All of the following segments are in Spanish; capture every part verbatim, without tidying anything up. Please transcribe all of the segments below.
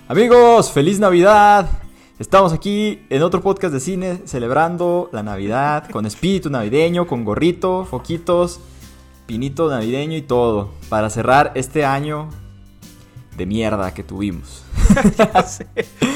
Amigos, feliz Navidad. Estamos aquí en otro podcast de cine celebrando la Navidad con espíritu navideño, con gorrito, foquitos, pinito navideño y todo para cerrar este año de mierda que tuvimos. Ya sé.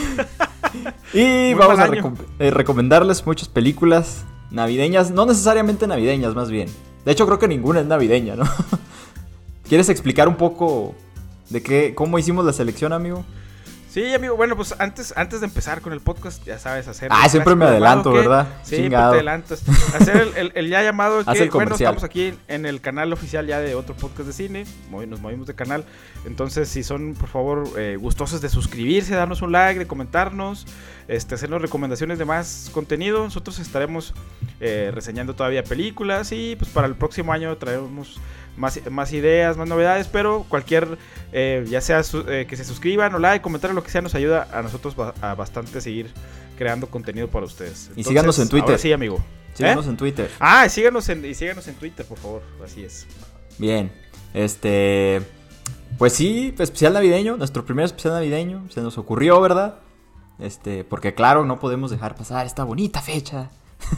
Y Muy vamos mal a año. recom- eh, recomendarles muchas películas navideñas, no necesariamente navideñas más bien. De hecho creo que ninguna es navideña, ¿no? ¿Quieres explicar un poco de qué, cómo hicimos la selección, amigo? Sí, amigo, bueno, pues antes, antes de empezar con el podcast, ya sabes, hacer... Ah, el siempre me clásico adelanto, llamado que- ¿verdad? Sí, siempre Chingado. te adelantas. Hacer el, el- el ya llamado Haz que, el bueno, comercial. estamos aquí en el canal oficial ya de otro podcast de cine, movi- nos movimos de canal, entonces si son, por favor, eh, gustosos de suscribirse, darnos un like, de comentarnos, este, hacernos recomendaciones de más contenido, nosotros estaremos eh, reseñando todavía películas y pues para el próximo año traemos... Más, más ideas, más novedades, pero cualquier, eh, ya sea su- eh, que se suscriban o like, comentario, lo que sea, nos ayuda a nosotros ba- a bastante seguir creando contenido para ustedes. Y síganos en Twitter. Ahora sí, amigo. Síganos ¿Eh? en Twitter. Ah, y síganos en, y síganos en Twitter, por favor. Así es. Bien, este... Pues sí, especial navideño, nuestro primer especial navideño. Se nos ocurrió, ¿verdad? Este, porque claro, no podemos dejar pasar esta bonita fecha.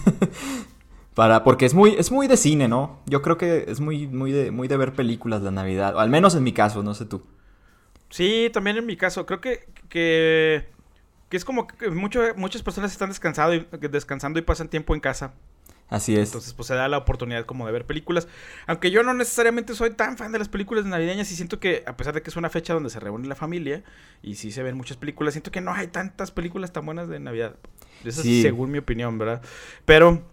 Para, porque es muy, es muy de cine, ¿no? Yo creo que es muy, muy de, muy de ver películas la Navidad. O al menos en mi caso, no sé tú. Sí, también en mi caso, creo que, que, que es como que mucho, muchas personas están descansado y, descansando y pasan tiempo en casa. Así es. Entonces, pues se da la oportunidad como de ver películas. Aunque yo no necesariamente soy tan fan de las películas navideñas y siento que, a pesar de que es una fecha donde se reúne la familia y sí se ven muchas películas, siento que no hay tantas películas tan buenas de Navidad. Eso Sí. es según mi opinión, ¿verdad? Pero,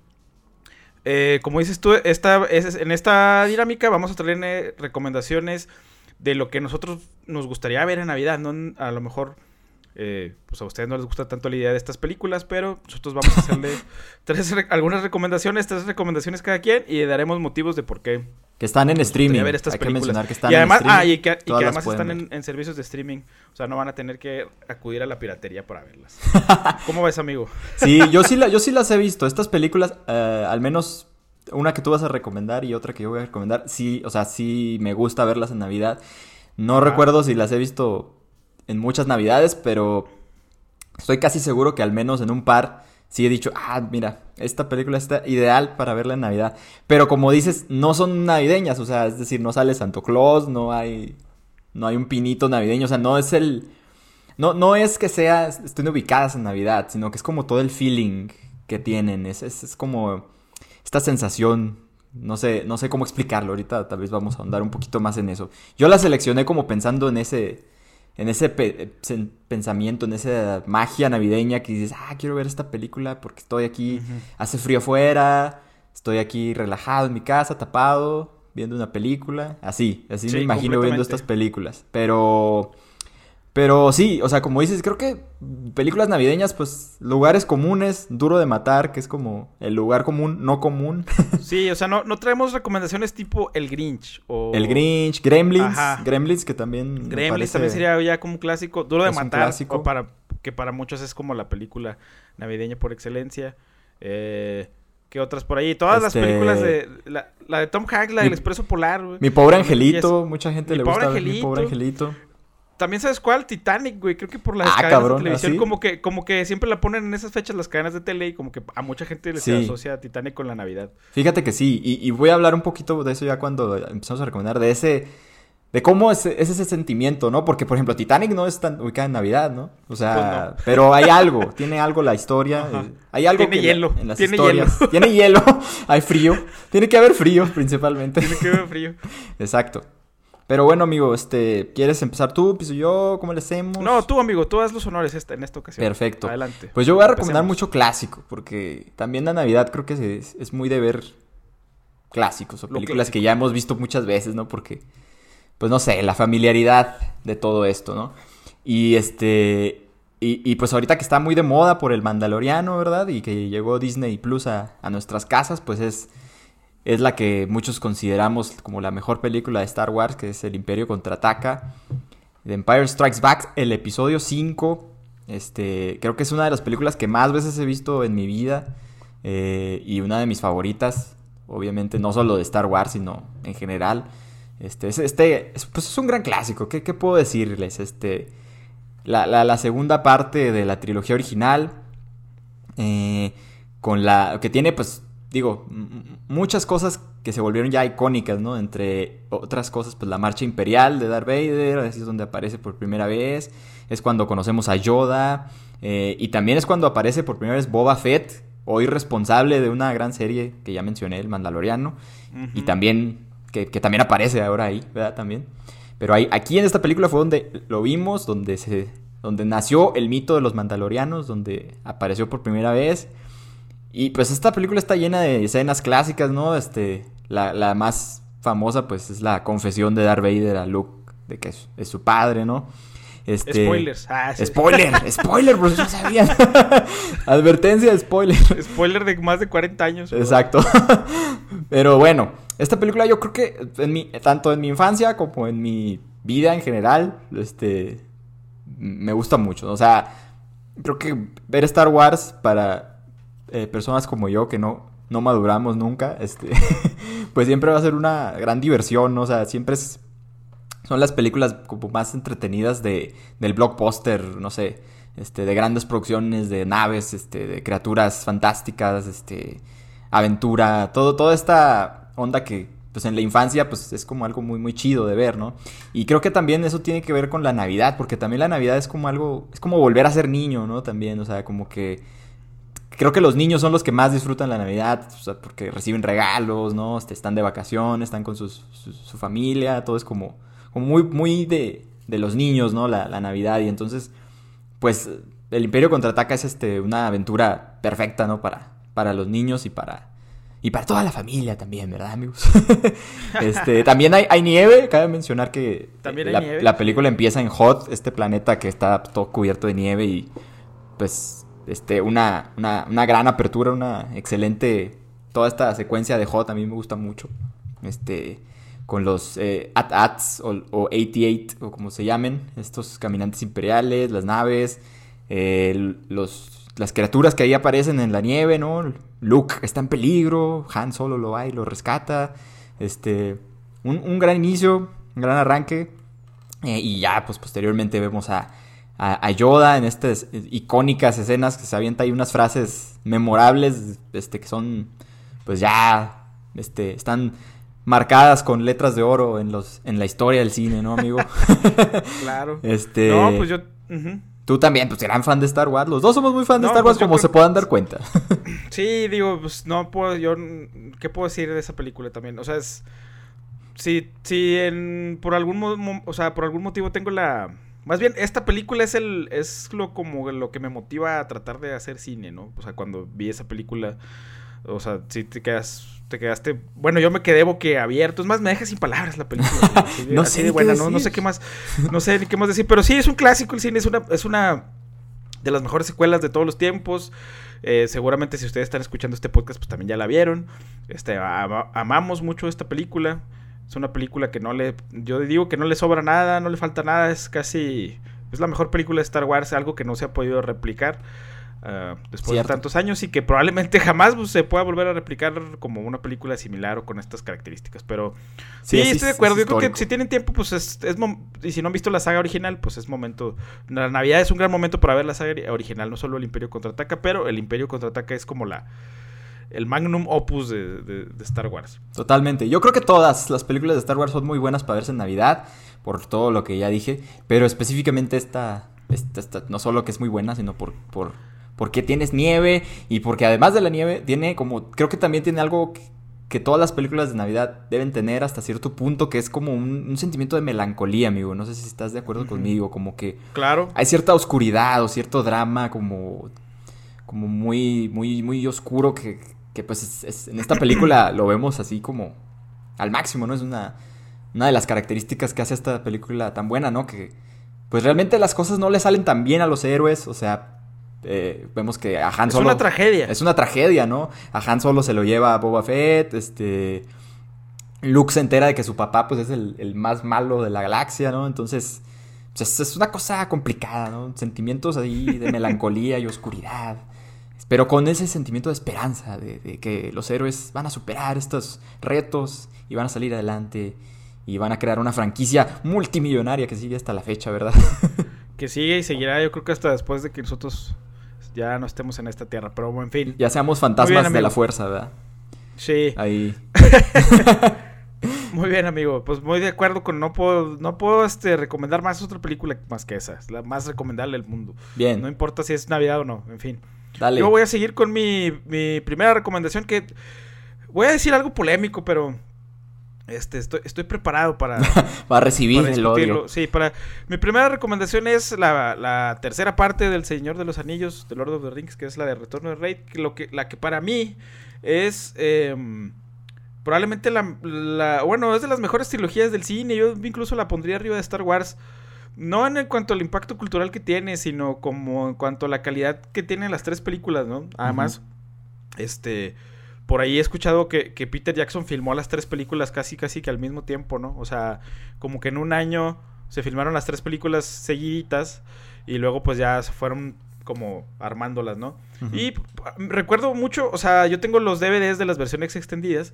eh, como dices tú, esta, es, en esta dinámica vamos a traer eh, recomendaciones de lo que nosotros nos gustaría ver en Navidad. No, a lo mejor... Eh, pues a ustedes no les gusta tanto la idea de estas películas, pero nosotros vamos a hacerle tres re- algunas recomendaciones, tres recomendaciones cada quien y daremos motivos de por qué Que están en streaming. ver estas Hay que películas. mencionar que están Y además, en streaming. ah, y que, y que Todas las además pueden están ver. en, en servicios de streaming, o sea, no van a tener que acudir a la piratería para verlas. ¿Cómo ves, amigo? Sí, yo sí, la, yo sí las he visto. Estas películas, eh, al menos una que tú vas a recomendar y otra que yo voy a recomendar, sí, o sea, sí me gusta verlas en Navidad. No Ajá. recuerdo si las he visto en muchas Navidades, pero estoy casi seguro que al menos en un par sí he dicho, ah, mira, esta película está ideal para verla en Navidad. Pero como dices, no son navideñas, o sea, es decir, no sale Santo Claus, no hay, no hay un pinito navideño, o sea, no es el... No, no es que sea, estén ubicadas en Navidad, sino que es como todo el feeling que tienen, es, es, es como esta sensación, no sé, no sé cómo explicarlo, ahorita tal vez vamos a ahondar un poquito más en eso. Yo la seleccioné como pensando en ese, en ese pe- sen- pensamiento, en esa magia navideña que dices, ah, quiero ver esta película porque estoy aquí, Ujú. hace frío afuera, estoy aquí relajado en mi casa, tapado, viendo una película, así, así Sí, me imagino viendo completamente. estas películas, pero... Pero sí, o sea, como dices, creo que películas navideñas, pues, lugares comunes, Duro de Matar, que es como el lugar común, no común. Sí, o sea, no, no traemos recomendaciones tipo El Grinch o... El Grinch, Gremlins, Ajá. Gremlins, que también me Gremlins parece- también sería ya como un clásico. Duro de es un matar, clásico. o para, que para muchos es como la película navideña por excelencia. Eh, ¿Qué otras por ahí? Todas Este- las películas de... La, la de Tom Hanks, la Mi- del Expreso Polar, güey. Mi Pobre También, y Angelito, mucha gente Mi le Pobre gusta ver Mi Angelito. Pobre Angelito. También, ¿sabes cuál? Titanic, güey. Creo que por las Ah, cadenas cabrón, de televisión, ¿así? como que como que siempre la ponen en esas fechas las cadenas de tele y como que a mucha gente le se Sí. asocia a Titanic con la Navidad. Fíjate que sí, y, y voy a hablar un poquito de eso ya cuando empezamos a recomendar, de ese... De cómo es, es ese sentimiento, ¿no? Porque, por ejemplo, Titanic no es tan ubicada en Navidad, ¿no? O sea, Pues no. pero hay algo, tiene algo la historia, Ajá. eh, hay algo Tiene que hielo, en las tiene historias. hielo. Tiene hielo, hay frío, tiene que haber frío principalmente. Tiene que ver frío. Exacto. Pero bueno, amigo, este, ¿quieres empezar tú? ¿Empiezo yo? ¿Cómo le hacemos? No, tú, amigo, tú haz los honores esta, en esta ocasión. Perfecto. Adelante. Pues yo voy a recomendar Empecemos. mucho clásico, porque también la Navidad creo que es, es muy de ver clásicos o Lo películas que clásico. ya hemos visto muchas veces, ¿no? Porque, pues no sé, la familiaridad de todo esto, ¿no? Y este... Y, y pues ahorita que está muy de moda por el Mandaloriano, ¿verdad? Y que llegó Disney Plus a, a nuestras casas, pues es... Es la que muchos consideramos como la mejor película de Star Wars, que es El Imperio Contraataca. The Empire Strikes Back, el episodio cinco. Este, creo que es una de las películas que más veces he visto en mi vida. Eh, y una de mis favoritas. Obviamente no solo de Star Wars, sino en general. Este, es, este es, pues es un gran clásico. ¿Qué, qué puedo decirles? Este, la, la, la segunda parte de la trilogía original, eh, con la que tiene, pues, digo, m- muchas cosas que se volvieron ya icónicas, ¿no? Entre otras cosas, pues la marcha imperial de Darth Vader, así es donde aparece por primera vez, es cuando conocemos a Yoda, eh, y también es cuando aparece por primera vez Boba Fett, hoy responsable de una gran serie que ya mencioné, El Mandaloriano, uh-huh. y también, que, que también aparece ahora ahí, ¿verdad? También. Pero ahí, aquí en esta película fue donde lo vimos, donde se, donde nació el mito de los Mandalorianos, donde apareció por primera vez. Y pues esta película está llena de escenas clásicas, ¿no? Este, la, la más famosa, pues, es la confesión de Darth Vader a Luke de que es, es su padre, ¿no? Este, Spoilers. Ah, sí. Spoiler, spoiler, pues ya sabían. Advertencia de spoiler. Spoiler de más de cuarenta años. Exacto. Pero bueno, esta película yo creo que en mi, tanto en mi infancia como en mi vida en general, este, me gusta mucho. O sea, creo que ver Star Wars para eh, personas como yo que no, no maduramos nunca, este, pues siempre va a ser una gran diversión, ¿no? O sea, siempre es... Son las películas como más entretenidas de, del blockbuster, no sé, este, de grandes producciones, de naves, este, de criaturas fantásticas, este, aventura, todo, toda esta onda que, pues en la infancia, pues es como algo muy, muy chido de ver, ¿no? Y creo que también eso tiene que ver con la Navidad, porque también la Navidad es como algo, es como volver a ser niño, ¿no? También, o sea, como que... Creo que los niños son los que más disfrutan la Navidad, o sea, porque reciben regalos, ¿no? Este, están de vacaciones, están con sus, su, su familia, todo es como... como muy, muy de, de los niños, ¿no? La, la Navidad. Y entonces, pues, el Imperio Contraataca es este, una aventura perfecta, ¿no? Para, para los niños y para, y para toda la familia también, ¿verdad, amigos? este, también hay, hay nieve. Cabe mencionar que ¿También hay la, nieve? la película empieza en Hoth, este planeta que está todo cubierto de nieve y, pues, este, una, una, una gran apertura, una excelente... Toda esta secuencia de Hoth a mí me gusta mucho. Este... con los eh, A T A Ts o, o ochenta y ocho, o como se llamen, estos caminantes imperiales, las naves, eh, los, las criaturas que ahí aparecen en la nieve, ¿no? Luke está en peligro, Han Solo lo va y lo rescata, este, un, un gran inicio, un gran arranque, eh, y ya, pues, posteriormente vemos a, a, a Yoda en estas icónicas escenas que se avienta ahí unas frases memorables, este, que son, pues, ya, este, están... marcadas con letras de oro en los en la historia del cine, ¿no, amigo? Claro. Este... No, pues yo... Uh-huh. Tú también, pues, gran fan de Star Wars. Los dos somos muy fan de no, Star Wars, pues como creo... se puedan dar cuenta. Sí, digo, pues, no puedo... Yo... ¿Qué puedo decir de esa película también? O sea, es... Si, si en... Por algún... Mo... O sea, por algún motivo tengo la... Más bien, esta película es el... Es lo como lo que me motiva a tratar de hacer cine, ¿no? O sea, cuando vi esa película... O sea, si te quedas... Te quedaste... Bueno, yo me quedé boquiabierto. Es más, me deja sin palabras la película. Así de, no así sé de buena, ¿no? No sé qué más... No sé ni qué más decir. Pero sí, es un clásico el cine. Es una... Es una de las mejores secuelas de todos los tiempos. Eh, seguramente si ustedes están escuchando este podcast, pues también ya la vieron. Este, ama, amamos mucho esta película. Es una película que no le... Yo digo que no le sobra nada, no le falta nada. Es casi... Es la mejor película de Star Wars. Algo que no se ha podido replicar. Uh, después Cierto. de tantos años y que probablemente jamás pues, se pueda volver a replicar como una película similar o con estas características, pero sí, sí estoy de acuerdo, yo creo que si tienen tiempo pues es, es mom- y si no han visto la saga original pues es momento, la Navidad es un gran momento para ver la saga original, no solo el Imperio Contraataca, pero el Imperio Contraataca es como la el magnum opus de, de, de Star Wars. Totalmente, yo creo que todas las películas de Star Wars son muy buenas para verse en Navidad, por todo lo que ya dije, pero específicamente esta, esta, esta no solo que es muy buena, sino por... por porque tienes nieve y porque además de la nieve tiene como... Creo que también tiene algo que, que todas las películas de Navidad deben tener hasta cierto punto, que es como un, un sentimiento de melancolía, amigo. No sé si estás de acuerdo uh-huh. conmigo, como que... Claro. Hay cierta oscuridad o cierto drama como... Como muy, muy, muy oscuro que, que pues es, es, en esta película lo vemos así como al máximo, ¿no? Es una, una de las características que hace esta película tan buena, ¿no? Que pues realmente las cosas no le salen tan bien a los héroes, o sea... Eh, vemos que a Han Solo... Es una tragedia. Es una tragedia, ¿no? A Han Solo se lo lleva a Boba Fett, este... Luke se entera de que su papá, pues, es el, el más malo de la galaxia, ¿no? Entonces, pues, es una cosa complicada, ¿no? Sentimientos ahí de melancolía y oscuridad. Pero con ese sentimiento de esperanza, de, de que los héroes van a superar estos retos y van a salir adelante y van a crear una franquicia multimillonaria que sigue hasta la fecha, ¿verdad? que sigue y seguirá, yo creo que hasta después de que nosotros ya no estemos en esta tierra, pero en fin. Ya seamos fantasmas bien, de la fuerza, ¿verdad? Sí. Ahí. Muy bien, amigo. Pues muy de acuerdo con no puedo, no puedo este recomendar más otra película más que esa. Es la más recomendable del mundo. Bien. No importa si es Navidad o no, en fin. Dale. Yo voy a seguir con mi, mi primera recomendación, que voy a decir algo polémico, pero este estoy, estoy preparado para... para recibir para el odio. Sí, para... Mi primera recomendación es la, la tercera parte del Señor de los Anillos, de Lord of the Rings, que es la de Retorno del Rey, que lo que, la que para mí es... Eh, probablemente la, la... Bueno, es de las mejores trilogías del cine. Yo incluso la pondría arriba de Star Wars. No en cuanto al impacto cultural que tiene, sino como en cuanto a la calidad que tienen las tres películas, ¿no? Además, uh-huh. este... Por ahí he escuchado que, que Peter Jackson filmó las tres películas casi casi que al mismo tiempo, ¿no? O sea, como que en un año se filmaron las tres películas seguiditas y luego pues ya se fueron como armándolas, ¿no? Uh-huh. Y recuerdo mucho, o sea, yo tengo los D V Ds de las versiones extendidas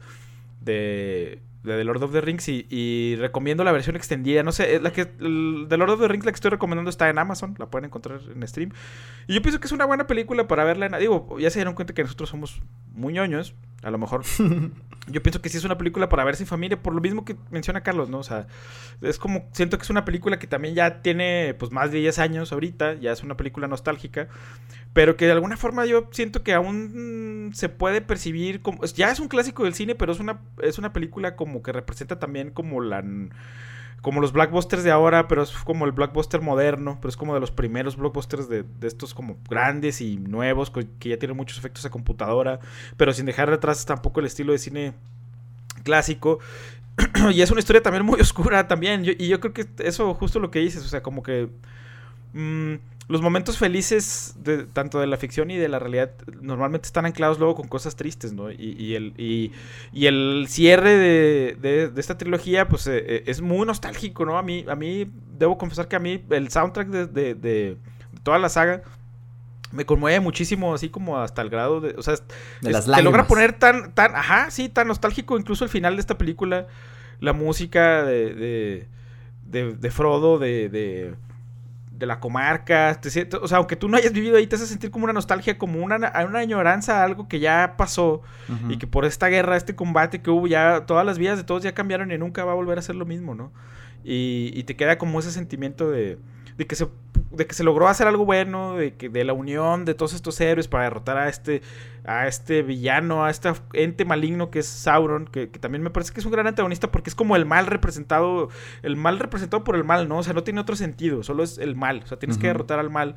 de, de The Lord of the Rings y, y recomiendo la versión extendida. No sé, la que el, The Lord of the Rings, la que estoy recomendando está en Amazon, la pueden encontrar en stream. Y yo pienso que es una buena película para verla. En, digo, ya se dieron cuenta que nosotros somos muy ñoños, a lo mejor. Yo pienso que sí es una película para verse en familia, por lo mismo que menciona Carlos, ¿no? O sea, es como, siento que es una película que también ya tiene pues más de diez años ahorita, ya es una película nostálgica, pero que de alguna forma yo siento que aún se puede percibir como, ya es un clásico del cine, pero es una, es una película como que representa también como la... como los blockbusters de ahora, pero es como el blockbuster moderno, pero es como de los primeros blockbusters de, de estos como grandes y nuevos, que ya tienen muchos efectos de computadora, pero sin dejar atrás tampoco el estilo de cine clásico. Y es una historia también muy oscura también, yo, y yo creo que eso justo lo que dices, o sea, como que mmm, los momentos felices de, tanto de la ficción y de la realidad normalmente están anclados luego con cosas tristes, ¿no? Y, y, el, y, y el cierre de, de, de esta trilogía pues eh, es muy nostálgico, ¿no? A mí, a mí debo confesar que a mí el soundtrack de, de, de, de toda la saga me conmueve muchísimo, así como hasta el grado de... O sea, de las te logra poner tan, tan... Ajá, sí, tan nostálgico incluso el final de esta película. La música de, de, de, de Frodo, de... de de la comarca, te, o sea, aunque tú no hayas vivido ahí, te hace sentir como una nostalgia, como una, una añoranza a algo que ya pasó, uh-huh. Y que por esta guerra, este combate que hubo, ya todas las vidas de todos ya cambiaron y nunca va a volver a ser lo mismo, ¿no? Y, y te queda como ese sentimiento de, de que se de que se logró hacer algo bueno, de que de la unión de todos estos héroes para derrotar a este a este villano, a este ente maligno que es Sauron, que, que también me parece que es un gran antagonista porque es como el mal representado, el mal representado por el mal, ¿no? O sea, no tiene otro sentido, solo es el mal, o sea, tienes uh-huh. que derrotar al mal.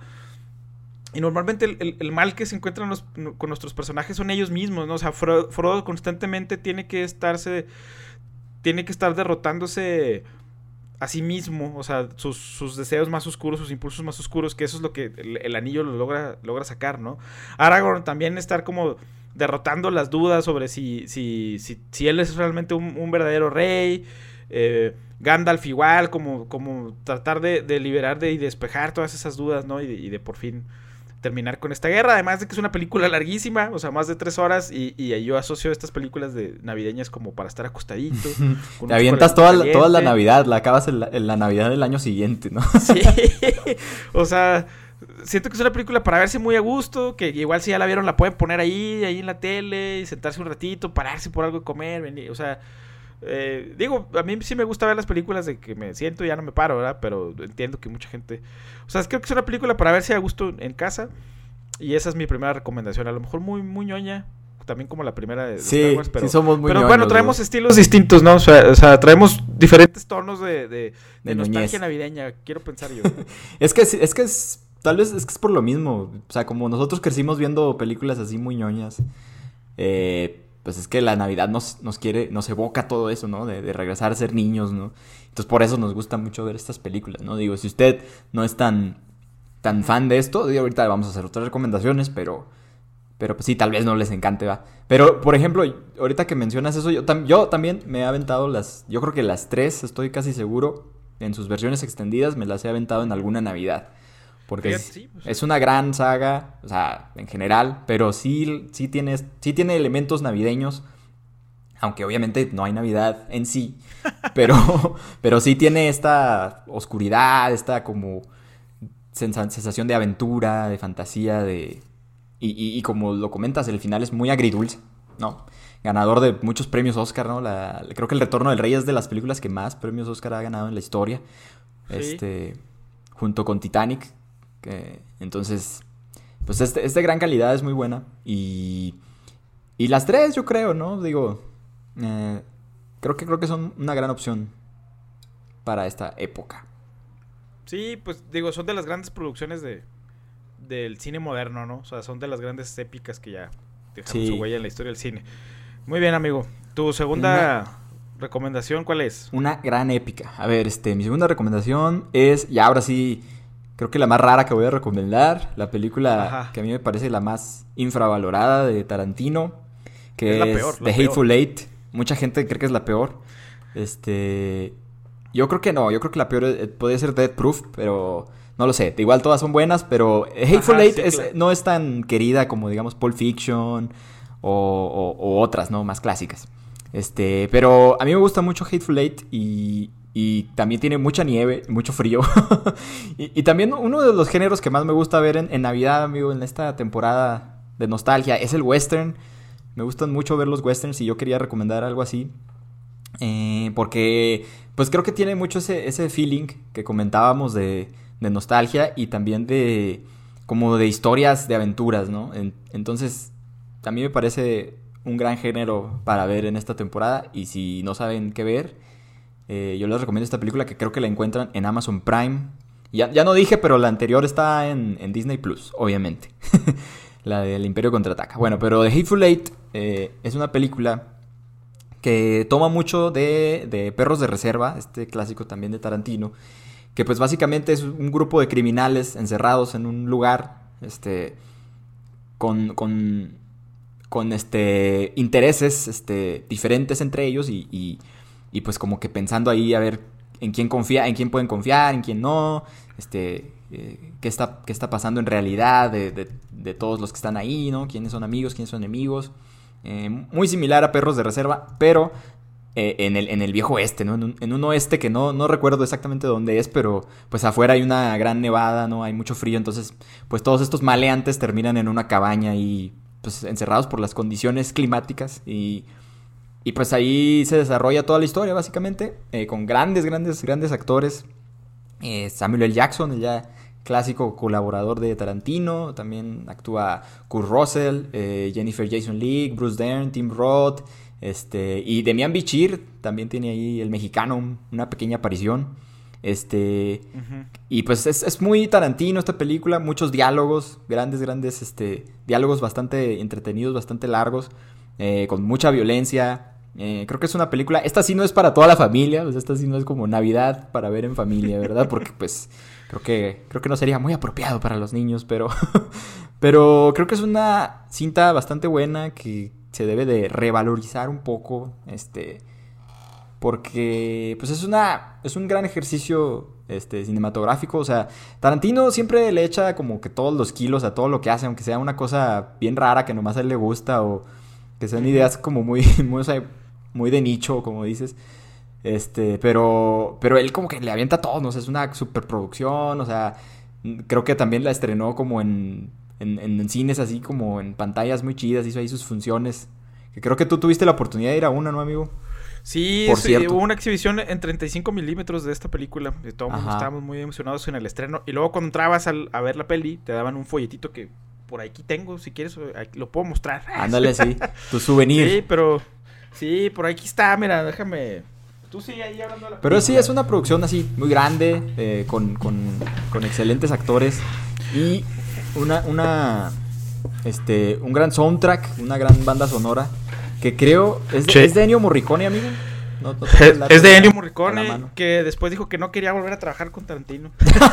Y normalmente el, el, el mal que se encuentran los, con nuestros personajes son ellos mismos, ¿no? O sea, Frodo, Frodo constantemente tiene que estarse, tiene que estar derrotándose a sí mismo, o sea, sus, sus deseos más oscuros, sus impulsos más oscuros, que eso es lo que el, el anillo lo logra, logra sacar, ¿no? Aragorn también estar como derrotando las dudas sobre si, si, si, si él es realmente un, un verdadero rey, eh, Gandalf igual, como, como tratar de, de liberar de, y despejar todas esas dudas, ¿no? Y de, y de por fin terminar con esta guerra, además de que es una película larguísima, o sea, más de tres horas, y, y yo asocio estas películas de navideñas como para estar acostadito. Te avientas toda la, toda la Navidad, la acabas en la, en la Navidad del año siguiente, ¿no? Sí, o sea, siento que es una película para verse muy a gusto, que igual si ya la vieron la pueden poner ahí, ahí en la tele, y sentarse un ratito, pararse por algo de comer, venir, o sea... Eh, digo, a mí sí me gusta ver las películas de que me siento y ya no me paro, ¿verdad? Pero entiendo que mucha gente... O sea, creo que es una película para verse a gusto en casa. Y esa es mi primera recomendación. A lo mejor muy, muy ñoña, también como la primera de, de sí, Star Wars, pero, sí somos muy pero ñoños, bueno, traemos ¿no? estilos distintos, ¿no? O sea, o sea, traemos diferentes tonos de, de, de, de nostalgia navideña, quiero pensar yo. Es que es que es... Tal vez es que es por lo mismo. O sea, como nosotros crecimos viendo películas así muy ñoñas, eh... pues es que la Navidad nos, nos quiere, nos evoca todo eso, ¿no? De, de regresar a ser niños, ¿no? Entonces por eso nos gusta mucho ver estas películas, ¿no? Digo, si usted no es tan, tan fan de esto, digo, ahorita vamos a hacer otras recomendaciones, pero, pero pues sí, tal vez no les encante, ¿va? Pero, por ejemplo, ahorita que mencionas eso, yo, tam, yo también me he aventado las, yo creo que las tres, estoy casi seguro, en sus versiones extendidas, me las he aventado en alguna Navidad. Porque Fíjate, es, sí, pues, es una gran saga, o sea, en general, pero sí, sí, tiene, sí tiene elementos navideños, aunque obviamente no hay Navidad en sí, pero, pero sí tiene esta oscuridad, esta como sensa- sensación de aventura, de fantasía, de... Y, y, y como lo comentas, el final es muy agridulce, ¿no? Ganador de muchos premios Oscar, ¿no? La, creo que El Retorno del Rey es de las películas que más premios Oscar ha ganado en la historia. Sí. Este, junto con Titanic. Que, entonces, pues este, es de gran calidad, es muy buena. Y, y las tres, yo creo, ¿no? Digo, eh, creo que creo que son una gran opción para esta época. Sí, pues digo, son de las grandes producciones de del cine moderno, ¿no? O sea, son de las grandes épicas que ya dejaron sí. su huella en la historia del cine. Muy bien, amigo. ¿Tu segunda una, recomendación cuál es? Una gran épica. A ver, este, mi segunda recomendación es, y ahora sí, creo que la más rara que voy a recomendar, la película Ajá. que a mí me parece la más infravalorada de Tarantino, que es, la peor, es The Hateful Eight. Mucha gente cree que es la peor. Este, yo creo que no, yo creo que la peor es, puede ser Death Proof, pero no lo sé. Igual todas son buenas, pero Hateful Ajá, Eight sí, es, claro. no es tan querida como, digamos, Pulp Fiction o, o, o otras, ¿no? Más clásicas. Este, pero a mí me gusta mucho Hateful Eight y, y también tiene mucha nieve, mucho frío. y, y también uno de los géneros que más me gusta ver en, en Navidad, amigo, en esta temporada de nostalgia, es el western. Me gustan mucho ver los westerns y yo quería recomendar algo así. Eh, porque, pues creo que tiene mucho ese, ese feeling que comentábamos de, de nostalgia y también de, como de historias de aventuras, ¿no? En, entonces, a mí me parece un gran género para ver en esta temporada. Y si no saben qué ver, eh, yo les recomiendo esta película que creo que la encuentran en Amazon Prime. Ya, ya no dije, pero la anterior está en, en Disney Plus, obviamente. La del Imperio Contraataca. Bueno, pero The Hateful Eight eh, es una película que toma mucho de, de Perros de Reserva, este clásico también de Tarantino, que pues básicamente es un grupo de criminales encerrados en un lugar, este, con, con, con este, intereses este, diferentes entre ellos y, y, y pues como que pensando ahí a ver en quién confía, en quién pueden confiar, en quién no, este... Eh, qué está, qué está pasando en realidad de, de, de todos los que están ahí, ¿no? Quiénes son amigos, quiénes son enemigos. Eh, muy similar a Perros de Reserva, pero eh, en, el, en el viejo oeste, ¿no? En un, en un oeste que no, no recuerdo exactamente dónde es, pero pues afuera hay una gran nevada, ¿no? Hay mucho frío, entonces pues todos estos maleantes terminan en una cabaña y pues encerrados por las condiciones climáticas y... Y pues ahí se desarrolla toda la historia, básicamente, eh, con grandes, grandes, grandes actores. Eh, Samuel L. Jackson, el ya clásico colaborador de Tarantino. También actúa Kurt Russell, eh, Jennifer Jason Leigh, Bruce Dern, Tim Roth. Este, y Demian Bichir también tiene ahí el mexicano, una pequeña aparición. Este, uh-huh. Y pues es, es muy Tarantino esta película. Muchos diálogos, grandes, grandes este, diálogos bastante entretenidos, bastante largos. Eh, con mucha violencia. Eh, creo que es una película, esta sí no es para toda la familia, pues esta sí no es como Navidad para ver en familia, ¿verdad? Porque pues creo que creo que no sería muy apropiado para los niños, pero pero creo que es una cinta bastante buena que se debe de revalorizar un poco, este, porque pues es una es un gran ejercicio este cinematográfico, o sea, Tarantino siempre le echa como que todos los kilos a todo lo que hace, aunque sea una cosa bien rara que nomás a él le gusta o que sean ideas como muy, muy, o sea, muy de nicho, como dices. Este, pero, pero él como que le avienta todo, ¿no? O sea, es una superproducción, o sea, creo que también la estrenó como en, en, en cines así, como en pantallas muy chidas, hizo ahí sus funciones. Que creo que tú tuviste la oportunidad de ir a una, ¿no, amigo? Sí, sí, hubo una exhibición en treinta y cinco milímetros de esta película. De todo mundo estábamos muy emocionados en el estreno. Y luego cuando entrabas al, a ver la peli, te daban un folletito que... por aquí tengo, si quieres, lo puedo mostrar. Ándale, sí, tu souvenir. Sí, pero, sí, por aquí está, mira, déjame. Tú sigue ahí hablando de la Pero película. Sí, es una producción así, muy grande, eh, con, con, con excelentes actores y una, una, este, un gran soundtrack, una gran banda sonora, que creo, ¿es de, sí. ¿es de Ennio Morricone, amigo? No, no es, es de Ennio Morricone, que después dijo que no quería volver a trabajar con Tarantino.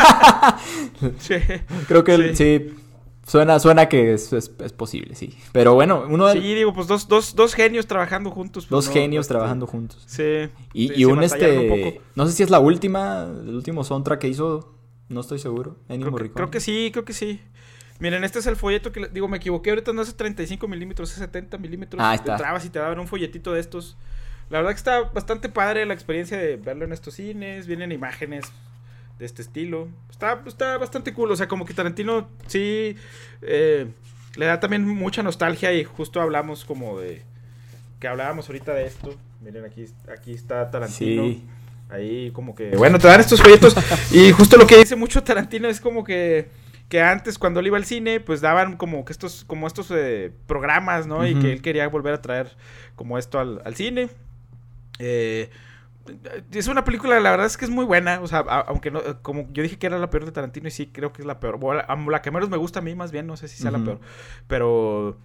Sí. Creo que sí. sí. Suena, suena que es, es, es posible, sí. Pero bueno, uno de... Sí, digo, pues dos, dos, dos genios trabajando juntos. Pues dos no, genios pues, trabajando juntos. Sí. Y, y un este... Un no sé si es la última, el último soundtrack que hizo, no estoy seguro. Creo que, creo que sí, creo que sí. Miren, este es el folleto que... Digo, me equivoqué, ahorita no es treinta y cinco milímetros, es setenta milímetros. Ah, está. Te entrabas y te daban un folletito de estos. La verdad que está bastante padre la experiencia de verlo en estos cines. Vienen imágenes de este estilo. Está, está bastante cool, o sea, como que Tarantino sí eh, le da también mucha nostalgia y justo hablamos como de... Que hablábamos ahorita de esto. Miren, aquí, aquí está Tarantino. Sí. Ahí como que... Bueno, te dan estos folletos y justo lo que dice mucho Tarantino es como que... Que antes cuando él iba al cine, pues daban como que estos, como estos eh, programas, ¿no? Uh-huh. Y que él quería volver a traer como esto al, al cine. Eh... Es una película, la verdad es que es muy buena. O sea, a, aunque no, como yo dije que era la peor de Tarantino, y sí, creo que es la peor. Bueno, la, la que menos me gusta a mí, más bien, no sé si sea uh-huh. la peor. Pero.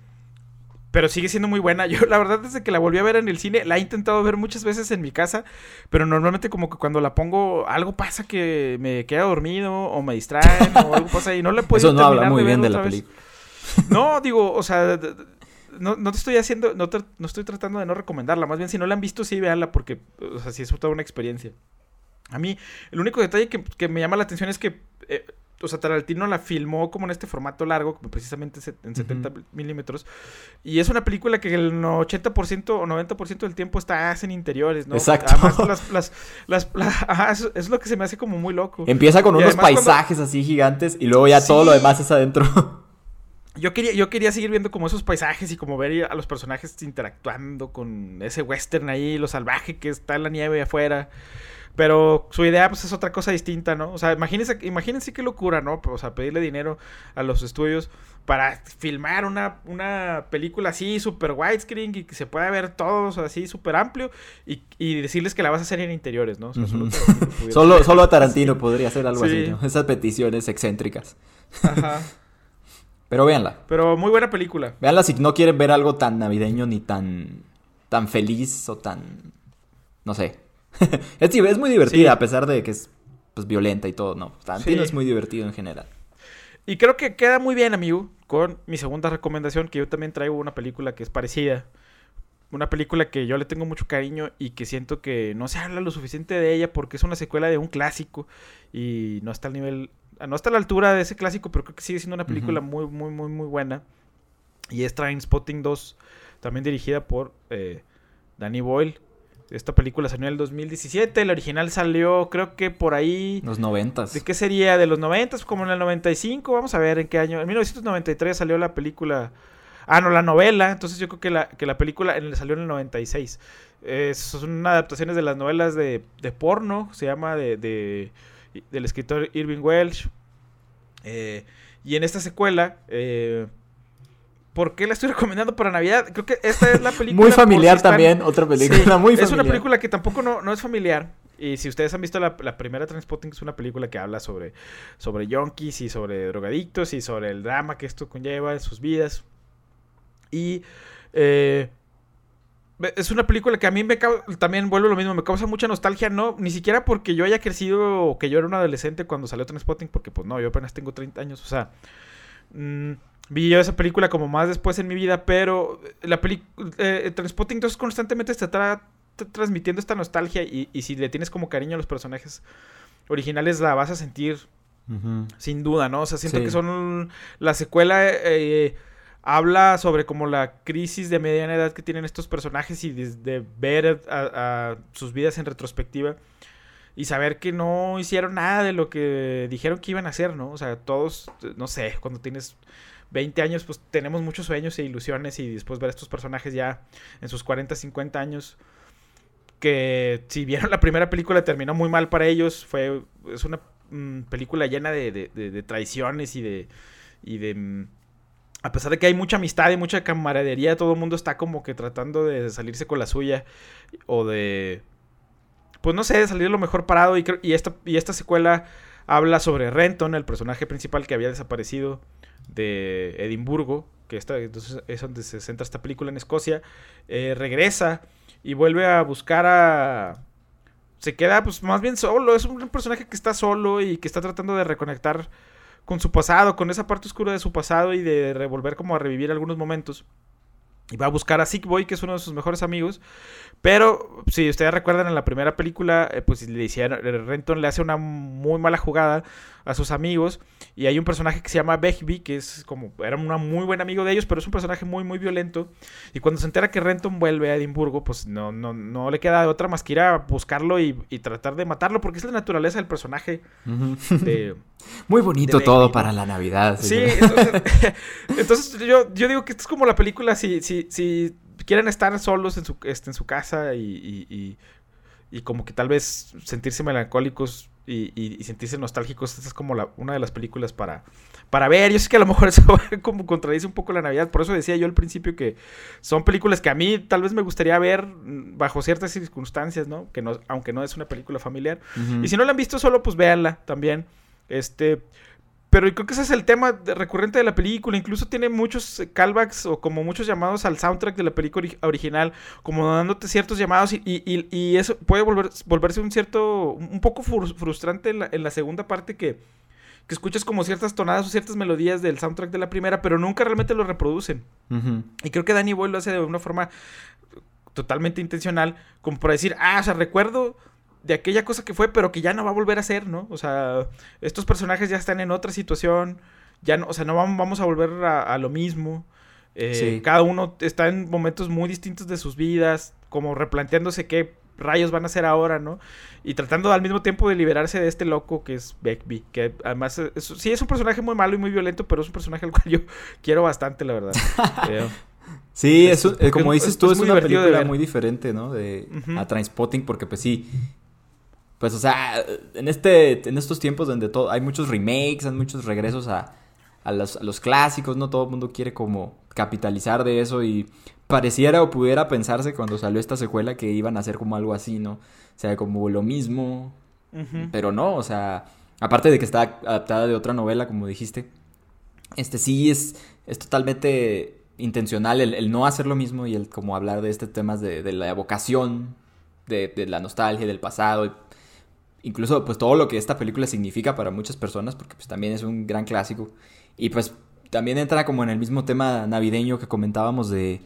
Pero sigue siendo muy buena. Yo, la verdad, desde que la volví a ver en el cine, la he intentado ver muchas veces en mi casa. Pero normalmente, como que cuando la pongo, algo pasa que me queda dormido o me distraen o algo pasa y no le puedo. Eso no habla muy de bien de la película. No, digo, o sea. No, no te estoy haciendo, no, te, no estoy tratando de no recomendarla. Más bien, si no la han visto, sí, véanla porque, o sea, sí es toda una experiencia. A mí, el único detalle que, que me llama la atención es que, eh, o sea, Tarantino la filmó como en este formato largo, precisamente en setenta uh-huh. milímetros. Y es una película que el ochenta por ciento o noventa por ciento del tiempo está en interiores, ¿no? Exacto. Además, las, las, las, las, ajá, eso es lo que se me hace como muy loco. Empieza con y unos paisajes cuando... así gigantes y luego ya sí. todo lo demás es adentro. Yo quería, yo quería seguir viendo como esos paisajes y como ver a los personajes interactuando con ese western ahí, lo salvaje que está en la nieve afuera. Pero su idea pues es otra cosa distinta, ¿no? O sea, imagínense, imagínense qué locura, ¿no? O sea, pedirle dinero a los estudios para filmar una, una película así súper widescreen y que se pueda ver todo, o sea, así súper amplio y, y decirles que la vas a hacer en interiores, ¿no? O sea, uh-huh. solo, solo, solo a Tarantino sí. podría hacer algo sí. así, ¿no? Esas peticiones excéntricas. Ajá. Pero véanla. Pero muy buena película. Véanla si no quieren ver algo tan navideño ni tan tan feliz o tan... No sé. es, es muy divertida sí. a pesar de que es pues, violenta y todo, ¿no? Tarantino sí. es muy divertido en general. Y creo que queda muy bien, amigo, con mi segunda recomendación, que yo también traigo una película que es parecida. Una película que yo le tengo mucho cariño y que siento que no se habla lo suficiente de ella porque es una secuela de un clásico y no está al nivel... No está a la altura de ese clásico, pero creo que sigue siendo una película uh-huh. muy, muy, muy, muy buena. Y es Trainspotting dos, también dirigida por eh, Danny Boyle. Esta película salió en el dos mil diecisiete. La original salió, creo que por ahí... Los noventas. ¿De qué sería? ¿De los noventas? Como en el noventa y cinco. Vamos a ver en qué año. En mil novecientos noventa y tres salió la película... Ah, no, la novela. Entonces yo creo que la, que la película en el, salió en el noventa y seis. Eh, son adaptaciones de las novelas de, de porno. Se llama de... de del escritor Irving Welsh. Eh, y en esta secuela, eh, ¿por qué la estoy recomendando para Navidad? Creo que esta es la película... Muy familiar si están... también, otra película sí, muy familiar. Es una película que tampoco no, no es familiar. Y si ustedes han visto la, la primera Trainspotting, es una película que habla sobre, sobre yonkis y sobre drogadictos y sobre el drama que esto conlleva en sus vidas. Y... Eh, es una película que a mí me causa, también vuelve lo mismo, me causa mucha nostalgia, no, ni siquiera porque yo haya crecido o que yo era un adolescente cuando salió Trainspotting, porque pues no, yo apenas tengo treinta años, o sea, mmm, vi yo esa película como más después en mi vida, pero la película, eh, Trainspotting entonces constantemente te está tra- transmitiendo esta nostalgia y, y si le tienes como cariño a los personajes originales la vas a sentir uh-huh. sin duda, ¿no? O sea, siento sí. que son la secuela... Eh, habla sobre como la crisis de mediana edad que tienen estos personajes y de, de ver a, a sus vidas en retrospectiva y saber que no hicieron nada de lo que dijeron que iban a hacer, ¿no? O sea, todos, no sé, cuando tienes veinte años, pues tenemos muchos sueños e ilusiones y después ver a estos personajes ya en sus cuarenta, cincuenta años que si vieron la primera película terminó muy mal para ellos, fue es una mm, película llena de, de, de, de traiciones y de... Y de mm, a pesar de que hay mucha amistad y mucha camaradería, todo el mundo está como que tratando de salirse con la suya o de, pues no sé, de salir lo mejor parado. Y, y, esta, y esta secuela habla sobre Renton, el personaje principal que había desaparecido de Edimburgo, que esta, entonces es donde se centra esta película en Escocia. Eh, regresa y vuelve a buscar a... Se queda pues más bien solo, es un personaje que está solo y que está tratando de reconectar con su pasado, con esa parte oscura de su pasado y de revolver como a revivir algunos momentos. y va a buscar a Sick Boy, que es uno de sus mejores amigos. Pero si ustedes recuerdan, en la primera película, eh, pues le hicieron, Renton le hace una muy mala jugada a sus amigos. Y hay un personaje que se llama Begbie, que es como, era un muy buen amigo de ellos, pero es un personaje muy, muy violento. Y cuando se entera que Renton vuelve a Edimburgo, pues no, no, no le queda otra más que ir a buscarlo y, y tratar de matarlo, porque es la naturaleza del personaje. Uh-huh. de, muy bonito de todo Begbie, ¿no? para la Navidad. Sí, entonces, entonces yo, yo digo que esto es como la película, si, si, si quieren estar solos en su, este, en su casa y, y, y, y como que tal vez sentirse melancólicos y, y, y sentirse nostálgicos, esta es como la, una de las películas para, para ver. Yo sé que a lo mejor eso como contradice un poco la Navidad, por eso decía yo al principio que son películas que a mí tal vez me gustaría ver bajo ciertas circunstancias, ¿no? Que no, aunque no es una película familiar. Uh-huh. Y si no la han visto solo, pues véanla también. Este... Pero creo que ese es el tema de, recurrente de la película. Incluso tiene muchos callbacks o como muchos llamados al soundtrack de la película ori- original, como dándote ciertos llamados y, y, y eso puede volver, volverse un cierto, un poco frustrante en la, en la segunda parte que, que escuchas como ciertas tonadas o ciertas melodías del soundtrack de la primera, pero nunca realmente lo reproducen. Uh-huh. Y creo que Danny Boyle lo hace de una forma totalmente intencional, como para decir, ah, o sea, recuerdo de aquella cosa que fue, pero que ya no va a volver a ser, ¿no? O sea, estos personajes ya están en otra situación, ya no, o sea, no vamos, vamos a volver a, a lo mismo. Eh, sí. Cada uno está en momentos muy distintos de sus vidas, como replanteándose qué rayos van a hacer ahora, ¿no? Y tratando al mismo tiempo de liberarse de este loco que es Begbie, que además es, sí es un personaje muy malo y muy violento, pero es un personaje al cual yo quiero bastante, la verdad. eh, sí, es, es, es, como dices es, tú, es, es una película muy diferente, ¿no? De uh-huh. a Trainspotting, porque pues sí... Pues, o sea, en este en estos tiempos donde todo, hay muchos remakes, hay muchos regresos a, a, los, a los clásicos, ¿no? Todo el mundo quiere como capitalizar de eso y pareciera o pudiera pensarse cuando salió esta secuela que iban a hacer como algo así, ¿no? O sea, como lo mismo, uh-huh. pero no, o sea, aparte de que está adaptada de otra novela, como dijiste, este sí es, es totalmente intencional el, el no hacer lo mismo y el como hablar de estos temas de, de la evocación, de, de la nostalgia, del pasado y incluso pues todo lo que esta película significa para muchas personas, porque pues también es un gran clásico. Y pues también entra como en el mismo tema navideño que comentábamos de,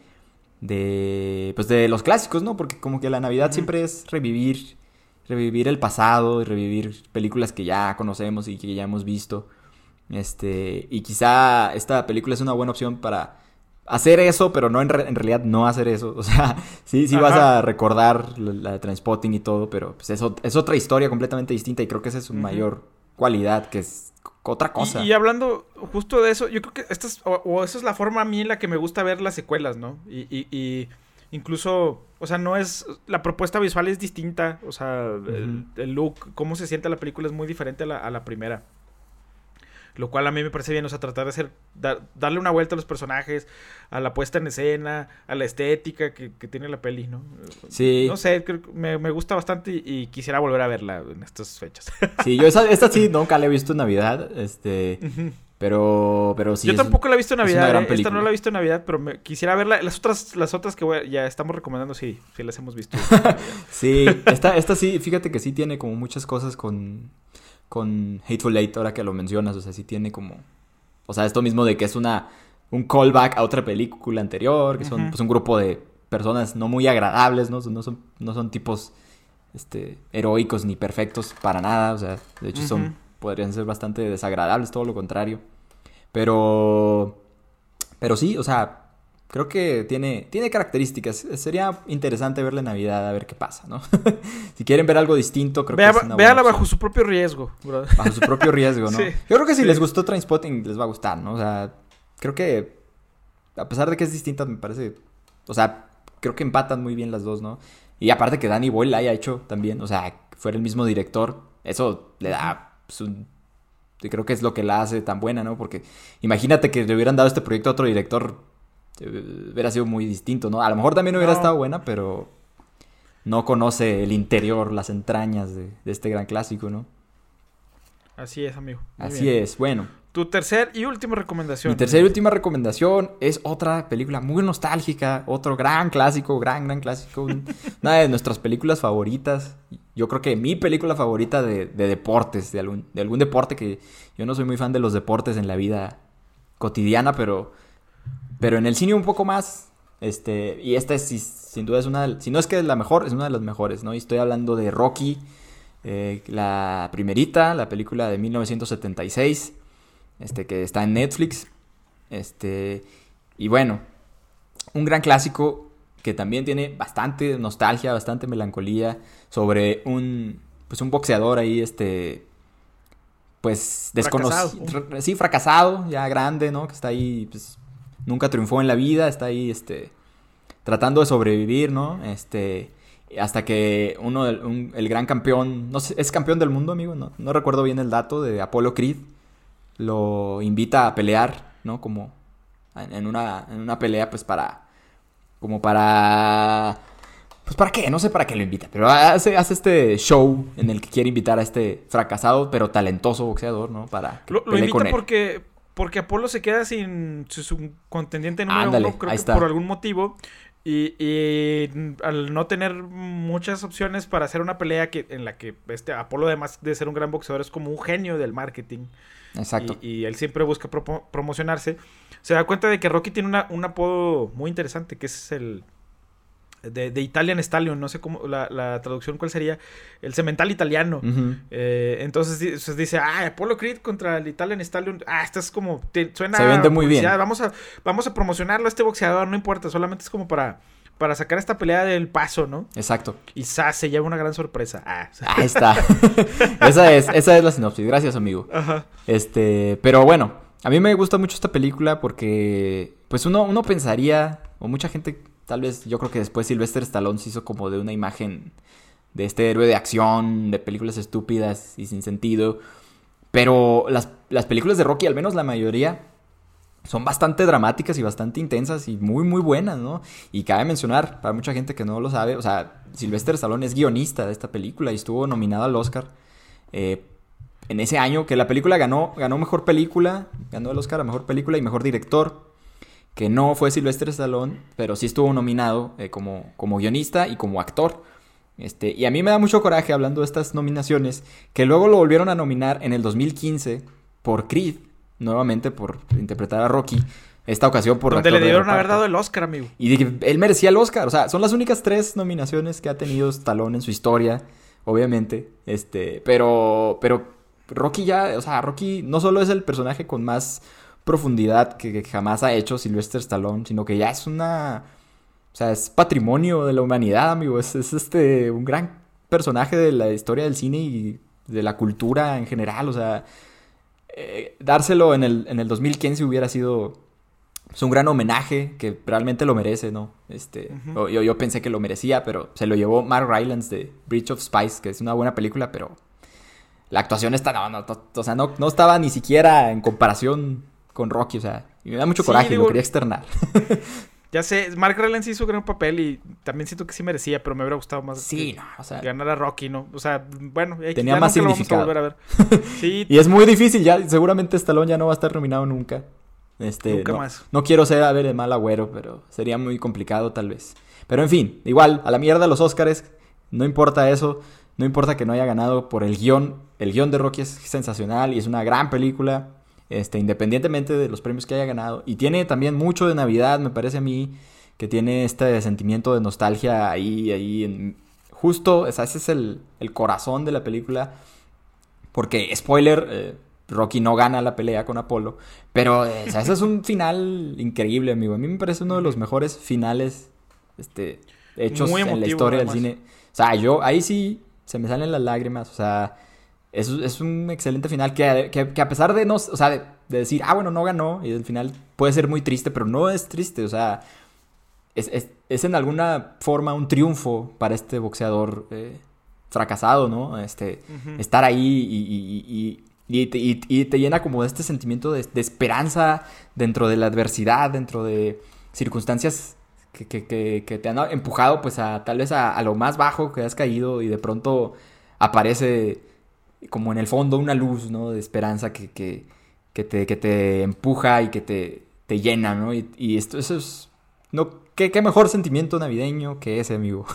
de pues de los clásicos, ¿no? Porque como que la Navidad uh-huh. siempre es revivir, revivir el pasado y revivir películas que ya conocemos y que ya hemos visto. Este, y quizá esta película es una buena opción para hacer eso, pero no en, re- en realidad no hacer eso. O sea, sí, sí Ajá. vas a recordar la, la de Trainspotting y todo, pero pues eso es otra historia completamente distinta y creo que esa es su uh-huh. mayor cualidad, que es otra cosa. Y, y hablando justo de eso, yo creo que esta es, o, o esa es la forma a mí en la que me gusta ver las secuelas, ¿no? Y, y, y incluso, o sea, no es, la propuesta visual es distinta, o sea, uh-huh. el, el look, cómo se siente la película es muy diferente a la, a la primera. Lo cual a mí me parece bien, o sea, tratar de hacer, dar, darle una vuelta a los personajes, a la puesta en escena, a la estética que, que tiene la peli, ¿no? Sí. No sé, creo, me, me gusta bastante y, y quisiera volver a verla en estas fechas. Sí, yo esa, esta sí nunca la he visto en Navidad, este, uh-huh. pero, pero sí. Yo tampoco un, la he visto en Navidad, eh, esta no la he visto en Navidad, pero me, quisiera verla. Las otras, las otras que voy, ya estamos recomendando, sí, sí las hemos visto. Sí, esta, esta sí, fíjate que sí tiene como muchas cosas con... con Hateful Eight, ahora que lo mencionas, o sea, sí tiene como... O sea, esto mismo de que es una un callback a otra película anterior, que son uh-huh. pues un grupo de personas no muy agradables, ¿no? No son, no son tipos este, heroicos ni perfectos para nada, o sea, de hecho uh-huh. son podrían ser bastante desagradables, todo lo contrario. Pero... Pero sí, o sea... Creo que tiene, tiene características. Sería interesante verla en Navidad, a ver qué pasa, ¿no? Si quieren ver algo distinto, creo Vea, que es una véala buena bajo su propio riesgo, bro. Bajo su propio riesgo, ¿no? Sí. Yo creo que si sí. les gustó Trainspotting, les va a gustar, ¿no? O sea, creo que... A pesar de que es distinta, me parece... O sea, creo que empatan muy bien las dos, ¿no? Y aparte que Danny Boyle la haya hecho también, o sea, fuera el mismo director, eso le da... Pues, un... Creo que es lo que la hace tan buena, ¿no? Porque imagínate que le hubieran dado este proyecto a otro director... hubiera sido muy distinto, ¿no? A lo mejor también hubiera no. estado buena, pero no conoce el interior, las entrañas de, de este gran clásico, ¿no? Así es, amigo. Muy Así bien. es, bueno. Tu tercer y última recomendación. Mi tercera y última recomendación es otra película muy nostálgica, otro gran clásico, gran, gran clásico. Una de nuestras películas favoritas. Yo creo que mi película favorita de, de deportes, de algún, de algún deporte, que yo no soy muy fan de los deportes en la vida cotidiana, pero... Pero en el cine un poco más, Este, y esta es, sin duda es una, de, si no es que es la mejor, es una de las mejores, ¿no? Y estoy hablando de Rocky, eh, la primerita, la película de mil novecientos setenta y seis, este, que está en Netflix. Este, y bueno, un gran clásico que también tiene bastante nostalgia, bastante melancolía sobre un, pues un boxeador ahí, este, pues desconocido, sí, fracasado, ya grande, ¿no? Que está ahí, pues, nunca triunfó en la vida, está ahí, este, tratando de sobrevivir, ¿no? Este, hasta que uno, un, el gran campeón, no sé, es campeón del mundo, amigo, no, no recuerdo bien el dato, de Apollo Creed, lo invita a pelear, ¿no? Como en una, en una pelea, pues, para, como para... Pues para qué, no sé para qué lo invita, pero hace, hace este show en el que quiere invitar a este fracasado pero talentoso boxeador, ¿no? Para que lo, lo pelee invita con él. porque porque Apolo se queda sin su, su contendiente número Ándale, uno, creo ahí que está. por algún motivo. Y, y al no tener muchas opciones para hacer una pelea que en la que este Apolo, además de ser un gran boxeador, es como un genio del marketing. Exacto. Y, y él siempre busca pro promocionarse. Se da cuenta de que Rocky tiene una, un apodo muy interesante, que es el... De, de Italian Stallion, no sé cómo, la, la traducción cuál sería, el cemental italiano. Uh-huh. eh, entonces se dice, ah, Apollo Creed contra el Italian Stallion, ah, esto es como, te, suena... Se vende muy bien. Vamos a, vamos a promocionarlo a este boxeador, no importa, solamente es como para, para sacar esta pelea del paso, ¿no? Exacto. Y ¡zas! Se lleva una gran sorpresa. Ah. Ahí está. esa, es, esa es la sinopsis, gracias, amigo. Ajá. Este, pero bueno, a mí me gusta mucho esta película porque, pues uno, uno pensaría, o mucha gente... Tal vez yo creo que después Sylvester Stallone se hizo como de una imagen de este héroe de acción, de películas estúpidas y sin sentido. Pero las, las películas de Rocky, al menos la mayoría, son bastante dramáticas y bastante intensas y muy, muy buenas, ¿no? Y cabe mencionar, para mucha gente que no lo sabe, o sea, Sylvester Stallone es guionista de esta película y estuvo nominado al Oscar eh, en ese año que la película ganó, ganó mejor película, ganó el Oscar a mejor película y mejor director. Que no fue Sylvester Stallone, pero sí estuvo nominado eh, como, como guionista y como actor. Este, y a mí me da mucho coraje, hablando de estas nominaciones, que luego lo volvieron a nominar en el dos mil quince por Creed, nuevamente por interpretar a Rocky, esta ocasión por... Donde le dieron haber dado el Oscar, amigo. Y de que él merecía el Oscar, o sea, son las únicas tres nominaciones que ha tenido Stallone en su historia, obviamente, este, pero, pero Rocky ya, o sea, Rocky no solo es el personaje con más... profundidad que, que jamás ha hecho Sylvester Stallone, sino que ya es una, o sea, es patrimonio de la humanidad, amigo, es, es este un gran personaje de la historia del cine y de la cultura en general, o sea, eh, dárselo en el, en el dos mil quince hubiera sido pues, un gran homenaje que realmente lo merece, ¿no? Este, uh-huh. yo, yo pensé que lo merecía, pero se lo llevó Mark Rylance de Bridge of Spies, que es una buena película, pero la actuación está, no, no, o sea, no, no estaba ni siquiera en comparación con Rocky, o sea, y me da mucho coraje, sí, digo, lo quería externar. Ya sé, Mark Rylance hizo un gran papel y también siento que sí merecía, pero me hubiera gustado más sí, que no, o sea, ganar a Rocky, ¿no? O sea, bueno, tenía más significado. Lo vamos a volver a ver. Sí. Y es muy difícil, ya seguramente Stallone ya no va a estar nominado nunca. Este, nunca no, más. No quiero ser a ver el mal agüero, pero sería muy complicado tal vez. Pero en fin, igual, a la mierda los Óscares, no importa eso, no importa que no haya ganado por el guión. El guión de Rocky es sensacional y es una gran película. Este, independientemente de los premios que haya ganado. Y tiene también mucho de Navidad, me parece a mí, que tiene este sentimiento de nostalgia ahí, ahí en, justo, o sea, ese es el, el corazón de la película. Porque, spoiler, eh, Rocky no gana la pelea con Apolo. Pero, eh, o sea, ese es un final increíble, amigo. A mí me parece uno de los mejores finales este, hechos Muy emotivo, en la historia además. Del cine. O sea, yo, ahí sí se me salen las lágrimas, o sea... Es, es un excelente final que, que, que a pesar de no, o sea, de, de decir, ah, bueno, no ganó, y el final puede ser muy triste, pero no es triste, o sea, es, es, es en alguna forma un triunfo para este boxeador eh, fracasado, ¿no? Este, uh-huh. Estar ahí y, y, y, y, te, y, y te llena como de este sentimiento de, de esperanza dentro de la adversidad, dentro de circunstancias que, que, que, que te han empujado, pues, a tal vez a, a lo más bajo que has caído y de pronto aparece... como en el fondo una luz, ¿no? De esperanza que, que, que, te, que te empuja y que te, te llena, ¿no? Y, y esto, eso es... No, ¿qué, qué mejor sentimiento navideño que ese, amigo?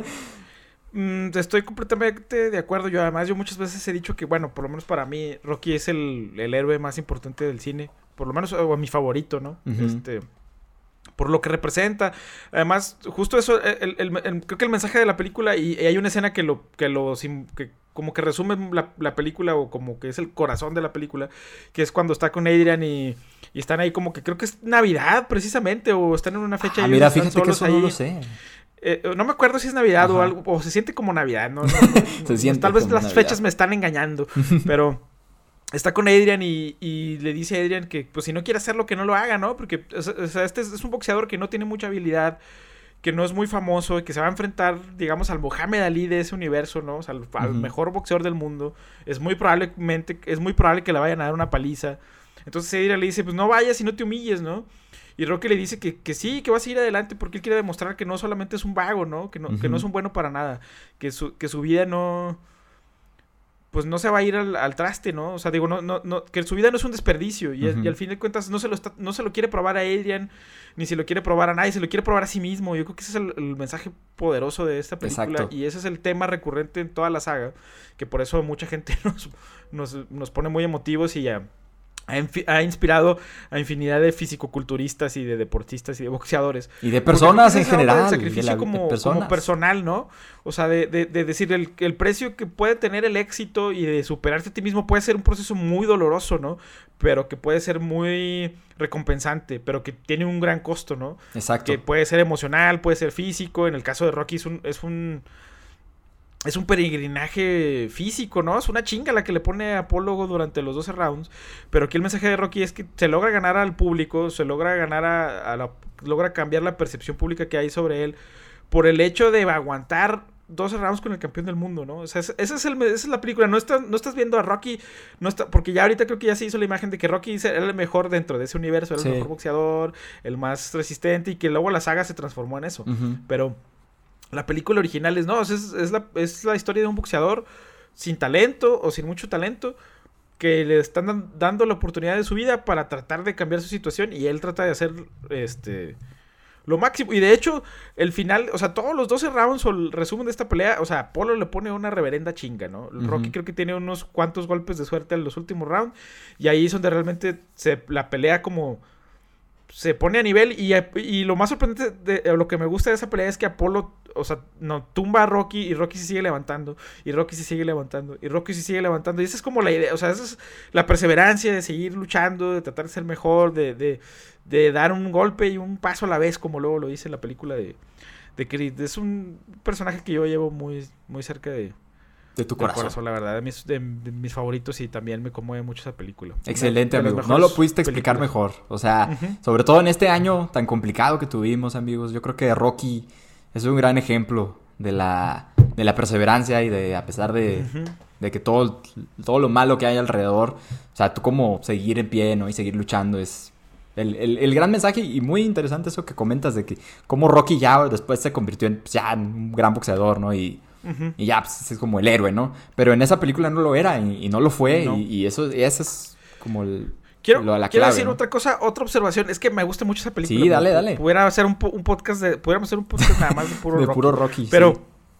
mm, estoy completamente de acuerdo. Yo además, yo muchas veces he dicho que, bueno, por lo menos para mí, Rocky es el, el héroe más importante del cine. Por lo menos, o mi favorito, ¿no? Uh-huh. Este... por lo que representa. Además, justo eso, el, el, el, creo que el mensaje de la película, y, y hay una escena que lo, que lo que como que resume la, la película, o como que es el corazón de la película, que es cuando está con Adrian y, y están ahí como que creo que es Navidad precisamente, o están en una fecha. Ah, mira, fíjate que eso ahí. No lo sé. Eh, no me acuerdo si es Navidad Ajá. o algo, o se siente como Navidad, ¿no? no, no se siente tal vez las Navidad. Fechas me están engañando, pero está con Adrian y, y le dice a Adrian que pues si no quiere hacerlo, que no lo haga, ¿no? Porque o sea, este es, es un boxeador que no tiene mucha habilidad, que no es muy famoso, y que se va a enfrentar, digamos, al Mohamed Ali de ese universo, ¿no? O sea, al, uh-huh. al mejor boxeador del mundo. Es muy probablemente, es muy probable que le vayan a dar una paliza. Entonces Adrian le dice, pues no vayas y no te humilles, ¿no? Y Rocky le dice que, que sí, que va a seguir adelante porque él quiere demostrar que no solamente es un vago, ¿no? Que no, uh-huh. que no es un bueno para nada. Que su, que su vida no... Pues no se va a ir al, al traste, ¿no? O sea, digo, no, no, no, que su vida no es un desperdicio. Y, uh-huh. y al fin de cuentas no se, lo está, no se lo quiere probar a Adrian, ni se lo quiere probar a nadie, se lo quiere probar a sí mismo. Yo creo que ese es el, el mensaje poderoso de esta película. Exacto. Y ese es el tema recurrente en toda la saga. Que por eso mucha gente nos, nos, nos pone muy emotivos y ya... Ha, infi- ha inspirado a infinidad de fisicoculturistas y de deportistas y de boxeadores. Y de personas en general. El sacrificio de la, como, de como personal, ¿no? O sea, de, de, de decir, el, el precio que puede tener el éxito y de superarte a ti mismo puede ser un proceso muy doloroso, ¿no? Pero que puede ser muy recompensante, pero que tiene un gran costo, ¿no? Exacto. Que puede ser emocional, puede ser físico. En el caso de Rocky es un... Es un Es un peregrinaje físico, ¿no? Es una chinga la que le pone a Apolo durante los doce rounds. Pero aquí el mensaje de Rocky es que se logra ganar al público, se logra ganar a, a la... logra cambiar la percepción pública que hay sobre él por el hecho de aguantar doce rounds con el campeón del mundo, ¿no? O sea, esa es, el, esa es la película. No, está, no estás viendo a Rocky, no está, porque ya ahorita creo que ya se hizo la imagen de que Rocky era el mejor dentro de ese universo, era sí. el mejor boxeador, el más resistente, y que luego la saga se transformó en eso. Uh-huh. Pero... la película original es, no, es, es, la, es la historia de un boxeador sin talento o sin mucho talento que le están dan, dando la oportunidad de su vida para tratar de cambiar su situación, y él trata de hacer este lo máximo. Y de hecho, el final, o sea, todos los doce rounds o el resumen de esta pelea, o sea, Apolo le pone una reverenda chinga, ¿no? Uh-huh. Rocky creo que tiene unos cuantos golpes de suerte en los últimos rounds, y ahí es donde realmente se, la pelea como... se pone a nivel, y, y lo más sorprendente de, de lo que me gusta de esa pelea es que Apolo, o sea, no tumba a Rocky, y Rocky se sigue levantando, y Rocky se sigue levantando, y Rocky se sigue levantando, y esa es como la idea, o sea, esa es la perseverancia de seguir luchando, de tratar de ser mejor, de, de, de dar un golpe y un paso a la vez, como luego lo dice la película de, de Creed. Es un personaje que yo llevo muy, muy cerca de... De tu corazón. corazón. La verdad, de mis, de, de mis favoritos, y también me conmueve mucho esa película. Excelente, amigo. No lo pudiste explicar películas. mejor. O sea, uh-huh. sobre todo en este año tan complicado que tuvimos, amigos. Yo creo que Rocky es un gran ejemplo de la, de la perseverancia y de, a pesar de, uh-huh. de que todo, todo lo malo que hay alrededor, o sea, tú como seguir en pie, ¿no? Y seguir luchando es... El, el, el gran mensaje, y muy interesante eso que comentas de que cómo Rocky ya después se convirtió en, pues, ya, en un gran boxeador, ¿no? Y... Uh-huh. Y ya, pues es como el héroe, ¿no? Pero en esa película no lo era, y, y no lo fue, no. Y, y eso, eso es como el... Quiero, lo, la quiero clave, decir, ¿no? Otra cosa, otra observación. Es que me gusta mucho esa película. Sí, dale, dale. Pudiera hacer un, un podcast de... Pudiéramos hacer un podcast nada más de puro de Rocky. puro Rocky, Pero... sí.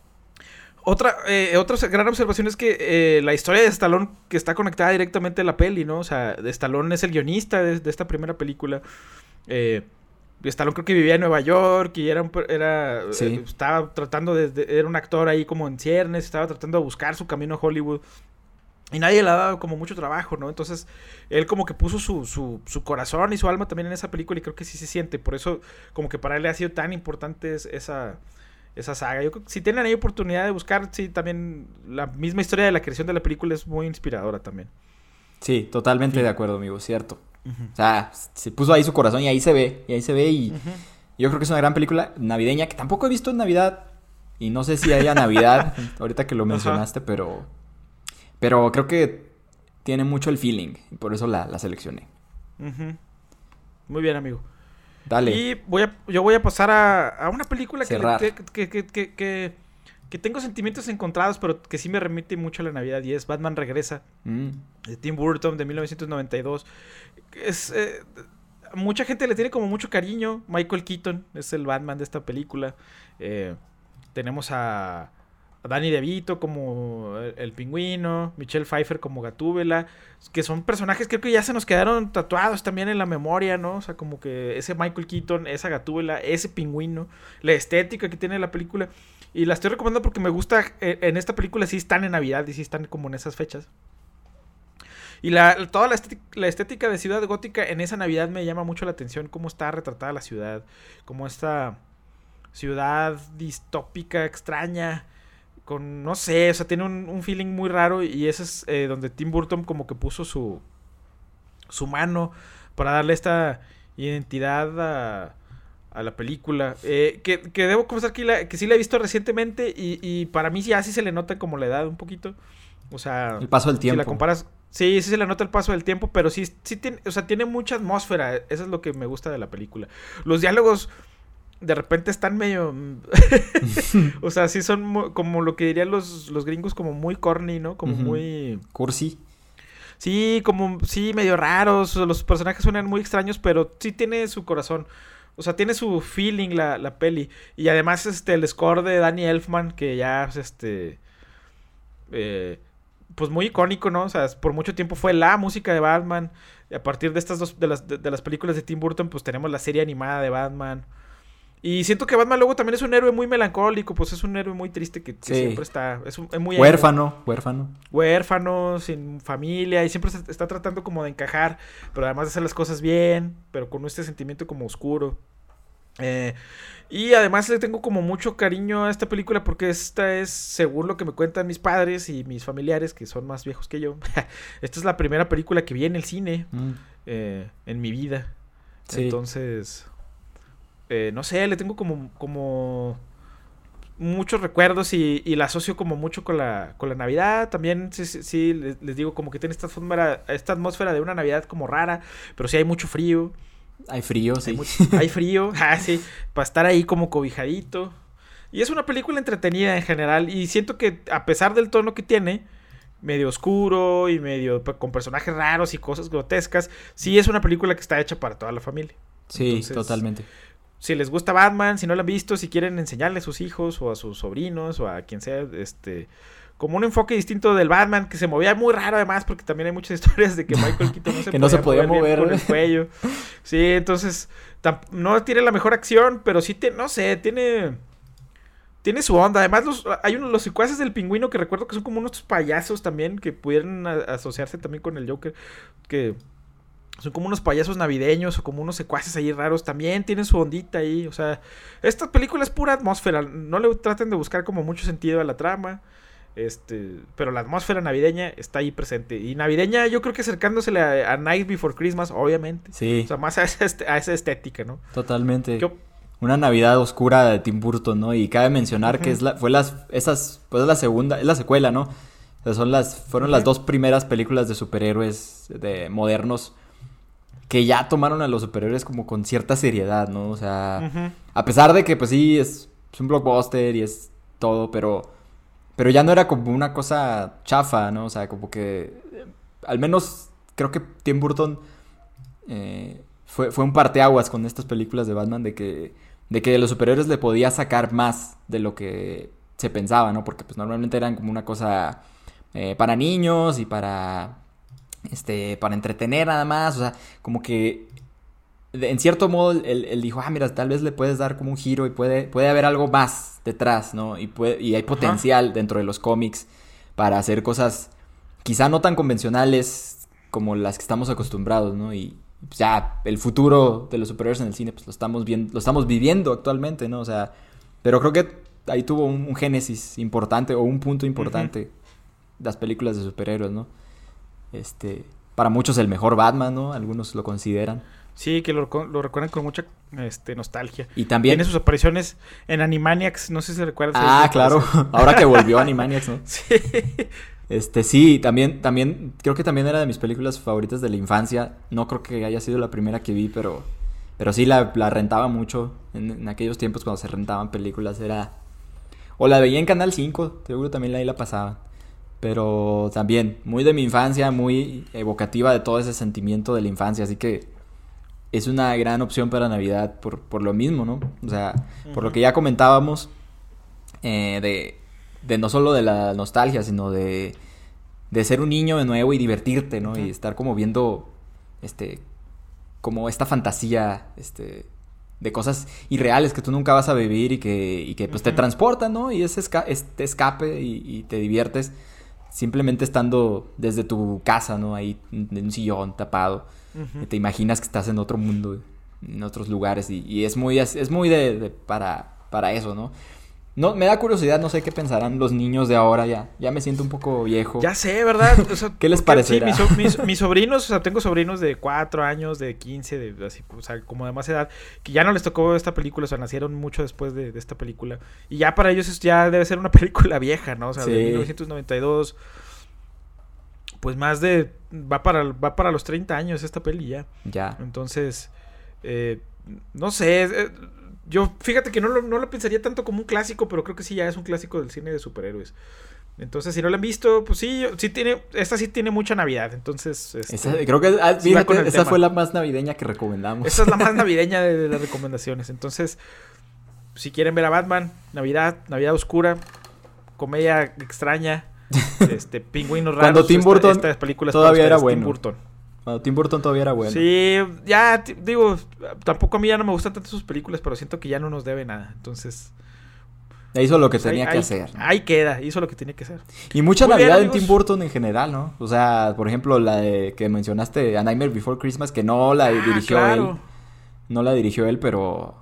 Otra, eh, otra gran observación es que eh, la historia de Stallone, que está conectada directamente a la peli, ¿no? O sea, Stallone es el guionista de, de esta primera película. Eh... Stallone creo que vivía en Nueva York y era, un, era sí. eh, estaba tratando de, de... Era un actor ahí como en ciernes, estaba tratando de buscar su camino a Hollywood. Y nadie le ha dado como mucho trabajo, ¿no? Entonces, él como que puso su, su, su corazón y su alma también en esa película, y creo que sí se siente. Por eso, como que para él ha sido tan importante esa, esa saga. Yo creo que si tienen ahí oportunidad de buscar, sí, también la misma historia de la creación de la película es muy inspiradora también. Sí, totalmente sí. de acuerdo, amigo, cierto. Uh-huh. O sea, se puso ahí su corazón y ahí se ve, y ahí se ve, y uh-huh. yo creo que es una gran película navideña que tampoco he visto en Navidad, y no sé si haya Navidad ahorita que lo mencionaste, uh-huh. pero pero creo que tiene mucho el feeling, y por eso la, la seleccioné. Uh-huh. Muy bien, amigo. Dale. Y voy a, yo voy a pasar a, a una película que, que, que, que, que, que, que tengo sentimientos encontrados, pero que sí me remite mucho a la Navidad, y es Batman Regresa, mm. de Tim Burton, de mil novecientos noventa y dos. Es, eh, mucha gente le tiene como mucho cariño. Michael Keaton es el Batman de esta película. Eh, tenemos a a Danny DeVito como el, el Pingüino, Michelle Pfeiffer como Gatúbela, que son personajes que creo que ya se nos quedaron tatuados también en la memoria, ¿no? O sea, como que ese Michael Keaton, esa Gatúbela, ese Pingüino, la estética que tiene la película. Y la estoy recomendando porque me gusta, en esta película sí están en Navidad y sí están como en esas fechas. Y la, toda la estética, la estética de Ciudad Gótica en esa Navidad me llama mucho la atención, cómo está retratada la ciudad, cómo esta ciudad distópica, extraña, con, no sé, o sea, tiene un, un feeling muy raro y ese es eh, donde Tim Burton como que puso su, su mano para darle esta identidad a, a la película. Eh, que, que debo confesar que, la, que sí la he visto recientemente y, y para mí ya sí se le nota como la edad un poquito. O sea, el paso del tiempo. Si la comparas, sí, sí se le nota el paso del tiempo, pero sí, sí tiene, o sea, tiene mucha atmósfera. Eso es lo que me gusta de la película. Los diálogos de repente están medio... o sea, sí son muy, como lo que dirían los, los gringos, como muy corny, ¿no? Como uh-huh. muy... cursi. Sí, como, sí, medio raros. Los personajes suenan muy extraños, pero sí tiene su corazón. O sea, tiene su feeling la, la peli. Y además, este, el score de Danny Elfman, que ya, este... Eh, pues muy icónico, ¿no? O sea, por mucho tiempo fue la música de Batman. Y a partir de estas dos, de las, de, de las películas de Tim Burton, pues tenemos la serie animada de Batman. Y siento que Batman luego también es un héroe muy melancólico, pues es un héroe muy triste que, que sí. siempre está... Es, un, es muy huérfano, héroe. huérfano. Huérfano, sin familia, y siempre se está tratando como de encajar, pero además de hacer las cosas bien, pero con este sentimiento como oscuro. Eh, y además le tengo como mucho cariño a esta película porque esta es, según lo que me cuentan mis padres y mis familiares, que son más viejos que yo, esta es la primera película que vi en el cine mm. eh, en mi vida. Sí. Entonces... Eh, no sé, le tengo como, como muchos recuerdos y, y la asocio como mucho con la, con la Navidad. También sí, sí, sí les, les digo como que tiene esta atmósfera, esta atmósfera de una Navidad como rara, pero sí hay mucho frío. Hay frío, sí. Hay, mucho, hay frío, ah, sí, para estar ahí como cobijadito. Y es una película entretenida en general y siento que a pesar del tono que tiene, medio oscuro y medio con personajes raros y cosas grotescas, sí es una película que está hecha para toda la familia. Sí, entonces, totalmente. Si les gusta Batman, si no lo han visto, si quieren enseñarle a sus hijos o a sus sobrinos o a quien sea, este, como un enfoque distinto del Batman, que se movía muy raro además, porque también hay muchas historias de que Michael Keaton no se, que no se podía mover, mover con el cuello. Sí, entonces, no tiene la mejor acción, pero sí, te, no sé, tiene... Tiene su onda. Además, los, hay unos los secuaces del Pingüino que recuerdo que son como unos payasos también, que pudieran a, asociarse también con el Joker, que... Son como unos payasos navideños o como unos secuaces ahí raros. También tienen su ondita ahí. O sea, esta película es pura atmósfera. No le traten de buscar como mucho sentido a la trama. Este, pero la atmósfera navideña está ahí presente. Y navideña yo creo que acercándosele a, a Night Before Christmas, obviamente. Sí. O sea, más a esa, a esa estética, ¿no? Totalmente. ¿Qué... Una Navidad oscura de Tim Burton, ¿no? Y cabe mencionar uh-huh. que es la, fue las, esas, pues es la segunda, es la secuela, ¿no? O sea, son las, fueron uh-huh. las dos primeras películas de superhéroes de modernos que ya tomaron a los superhéroes como con cierta seriedad, ¿no? O sea, uh-huh. a pesar de que, pues sí, es, es un blockbuster y es todo, pero, pero ya no era como una cosa chafa, ¿no? O sea, como que, al menos creo que Tim Burton eh, fue, fue un parteaguas con estas películas de Batman, de que, de que los superhéroes le podía sacar más de lo que se pensaba, ¿no? Porque pues normalmente eran como una cosa eh, para niños y para... Este, para entretener nada más, o sea, como que en cierto modo él, él dijo, ah, mira, tal vez le puedes dar como un giro y puede, puede haber algo más detrás, ¿no? Y, puede, y hay potencial Ajá. dentro de los cómics para hacer cosas quizá no tan convencionales como las que estamos acostumbrados, ¿no? Y pues, ya el futuro de los superhéroes en el cine pues lo estamos viendo, lo estamos viviendo actualmente, ¿no? O sea, pero creo que ahí tuvo un, un génesis importante o un punto importante uh-huh. las películas de superhéroes, ¿no? Este, para muchos el mejor Batman, ¿no? Algunos lo consideran. Sí, que lo, lo recuerdan con mucha este, nostalgia. Y también... Tiene sus apariciones en Animaniacs, no sé si recuerdas. Ah, claro, ahora que volvió Animaniacs, ¿no? Sí. Este, sí, también, también, creo que también era de mis películas favoritas de la infancia. No creo que haya sido la primera que vi, pero, pero sí la, la rentaba mucho. En, en aquellos tiempos cuando se rentaban películas era... O la veía en Canal cinco, seguro también ahí la pasaban. Pero también, muy de mi infancia, muy evocativa de todo ese sentimiento de la infancia. Así que es una gran opción para Navidad por, por lo mismo, ¿no? O sea, uh-huh. por lo que ya comentábamos, eh, de de no solo de la nostalgia, sino de, de ser un niño de nuevo y divertirte, ¿no? Uh-huh. Y estar como viendo, este, como esta fantasía, este, de cosas irreales que tú nunca vas a vivir y que, y que pues, uh-huh. te transportan, ¿no? Y es esca- este escape y, y te diviertes simplemente estando desde tu casa, ¿no? Ahí en un sillón tapado. Uh-huh. Y te imaginas que estás en otro mundo, en otros lugares. Y, y es muy, es muy de, de para, para eso, ¿no? No, me da curiosidad, no sé qué pensarán los niños de ahora ya. Ya me siento un poco viejo. Ya sé, ¿verdad? O sea, ¿qué les parecerá? Sí, mis, mis, mis sobrinos, o sea, tengo sobrinos de cuatro años, de quince, de así, o sea, como de más edad, que ya no les tocó esta película, o sea, nacieron mucho después de, de esta película. Y ya para ellos es, ya debe ser una película vieja, ¿no? O sea, sí. De mil novecientos noventa y dos. Pues más de... Va para, va para los treinta años esta peli ya. Ya. Entonces, eh, no sé... Eh, Yo, fíjate que no lo, no lo pensaría tanto como un clásico, pero creo que sí ya es un clásico del cine de superhéroes. Entonces, si no lo han visto, pues sí, sí tiene, esta sí tiene mucha Navidad, entonces... Este, esa, creo que, ah, sí fíjate, esa tema. Fue la más navideña que recomendamos. Esa es la más navideña de, de las recomendaciones. Entonces, si quieren ver a Batman, Navidad, Navidad oscura, comedia extraña, este, pingüinos raros... Cuando Tim Burton esta, estas películas todavía era bueno. Tim Burton. Cuando Tim Burton todavía era bueno. Sí, ya, t- digo, tampoco a mí ya no me gustan tanto sus películas, pero siento que ya no nos debe nada, entonces... Hizo lo que pues tenía ahí, que ahí, hacer. ¿no? Ahí queda, hizo lo que tenía que hacer. Y mucha Muy Navidad bien, en Tim Burton en general, ¿no? O sea, por ejemplo, la de que mencionaste, A Nightmare Before Christmas, que no la ah, dirigió claro. él. No la dirigió él, pero...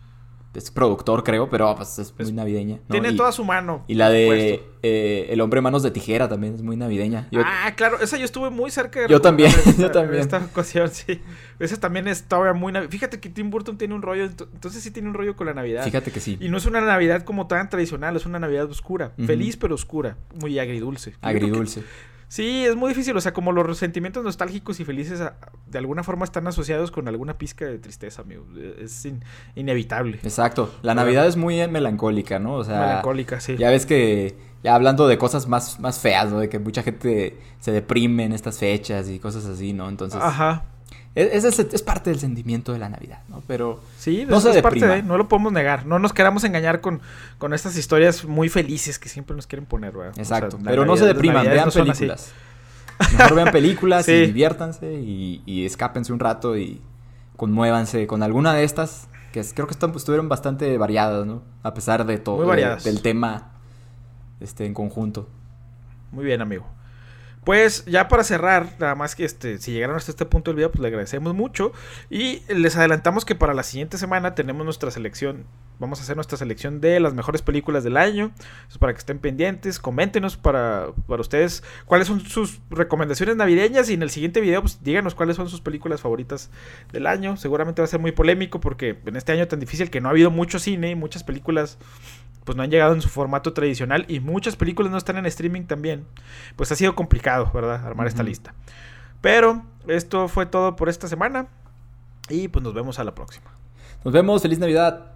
Es productor, creo, pero pues es muy navideña, ¿no? Tiene y, toda su mano. Y la de eh, El hombre manos de tijera también es muy navideña. Yo, ah, claro, esa yo estuve muy cerca de... Yo también, esta, yo también. Esta ocasión, sí. Esa también es todavía muy... Nav- Fíjate que Tim Burton tiene un rollo, entonces sí tiene un rollo con la Navidad. Fíjate que sí. Y no es una Navidad como tan tradicional, es una Navidad oscura. Uh-huh. Feliz pero oscura, muy agridulce. Agridulce. Sí, es muy difícil, o sea, como los sentimientos nostálgicos y felices a, de alguna forma están asociados con alguna pizca de tristeza, amigo. Es in, inevitable. Exacto. La Navidad es muy melancólica, ¿no? O sea, melancólica, sí. Ya ves que, ya hablando de cosas más, más feas, ¿no? De que mucha gente se deprime en estas fechas y cosas así, ¿no? Entonces... Ajá. Es, es, es parte del sentimiento de la Navidad, ¿no? Pero sí, no es, se es deprima. parte de, no lo podemos negar. No nos queramos engañar con, con estas historias muy felices que siempre nos quieren poner, ¿verdad? Exacto. O sea, pero Navidad, no se depriman, vean no películas. Mejor vean películas sí. y diviértanse y, y escápense un rato y conmuévanse con alguna de estas, que es, creo que están, estuvieron bastante variadas, ¿no? A pesar de todo, muy variadas. De, del tema este, en conjunto. Muy bien, amigo. Pues ya para cerrar, nada más que este, si llegaron hasta este punto del video, pues le agradecemos mucho. Y les adelantamos que para la siguiente semana tenemos nuestra selección. Vamos a hacer nuestra selección de las mejores películas del año. Entonces, para que estén pendientes, coméntenos para, para ustedes cuáles son sus recomendaciones navideñas. Y en el siguiente video, pues díganos cuáles son sus películas favoritas del año. Seguramente va a ser muy polémico porque en este año tan difícil que no ha habido mucho cine y muchas películas pues no han llegado en su formato tradicional y muchas películas no están en streaming también. Pues ha sido complicado, ¿verdad? Armar uh-huh. esta lista. Pero esto fue todo por esta semana y pues nos vemos a la próxima. Nos vemos, feliz Navidad.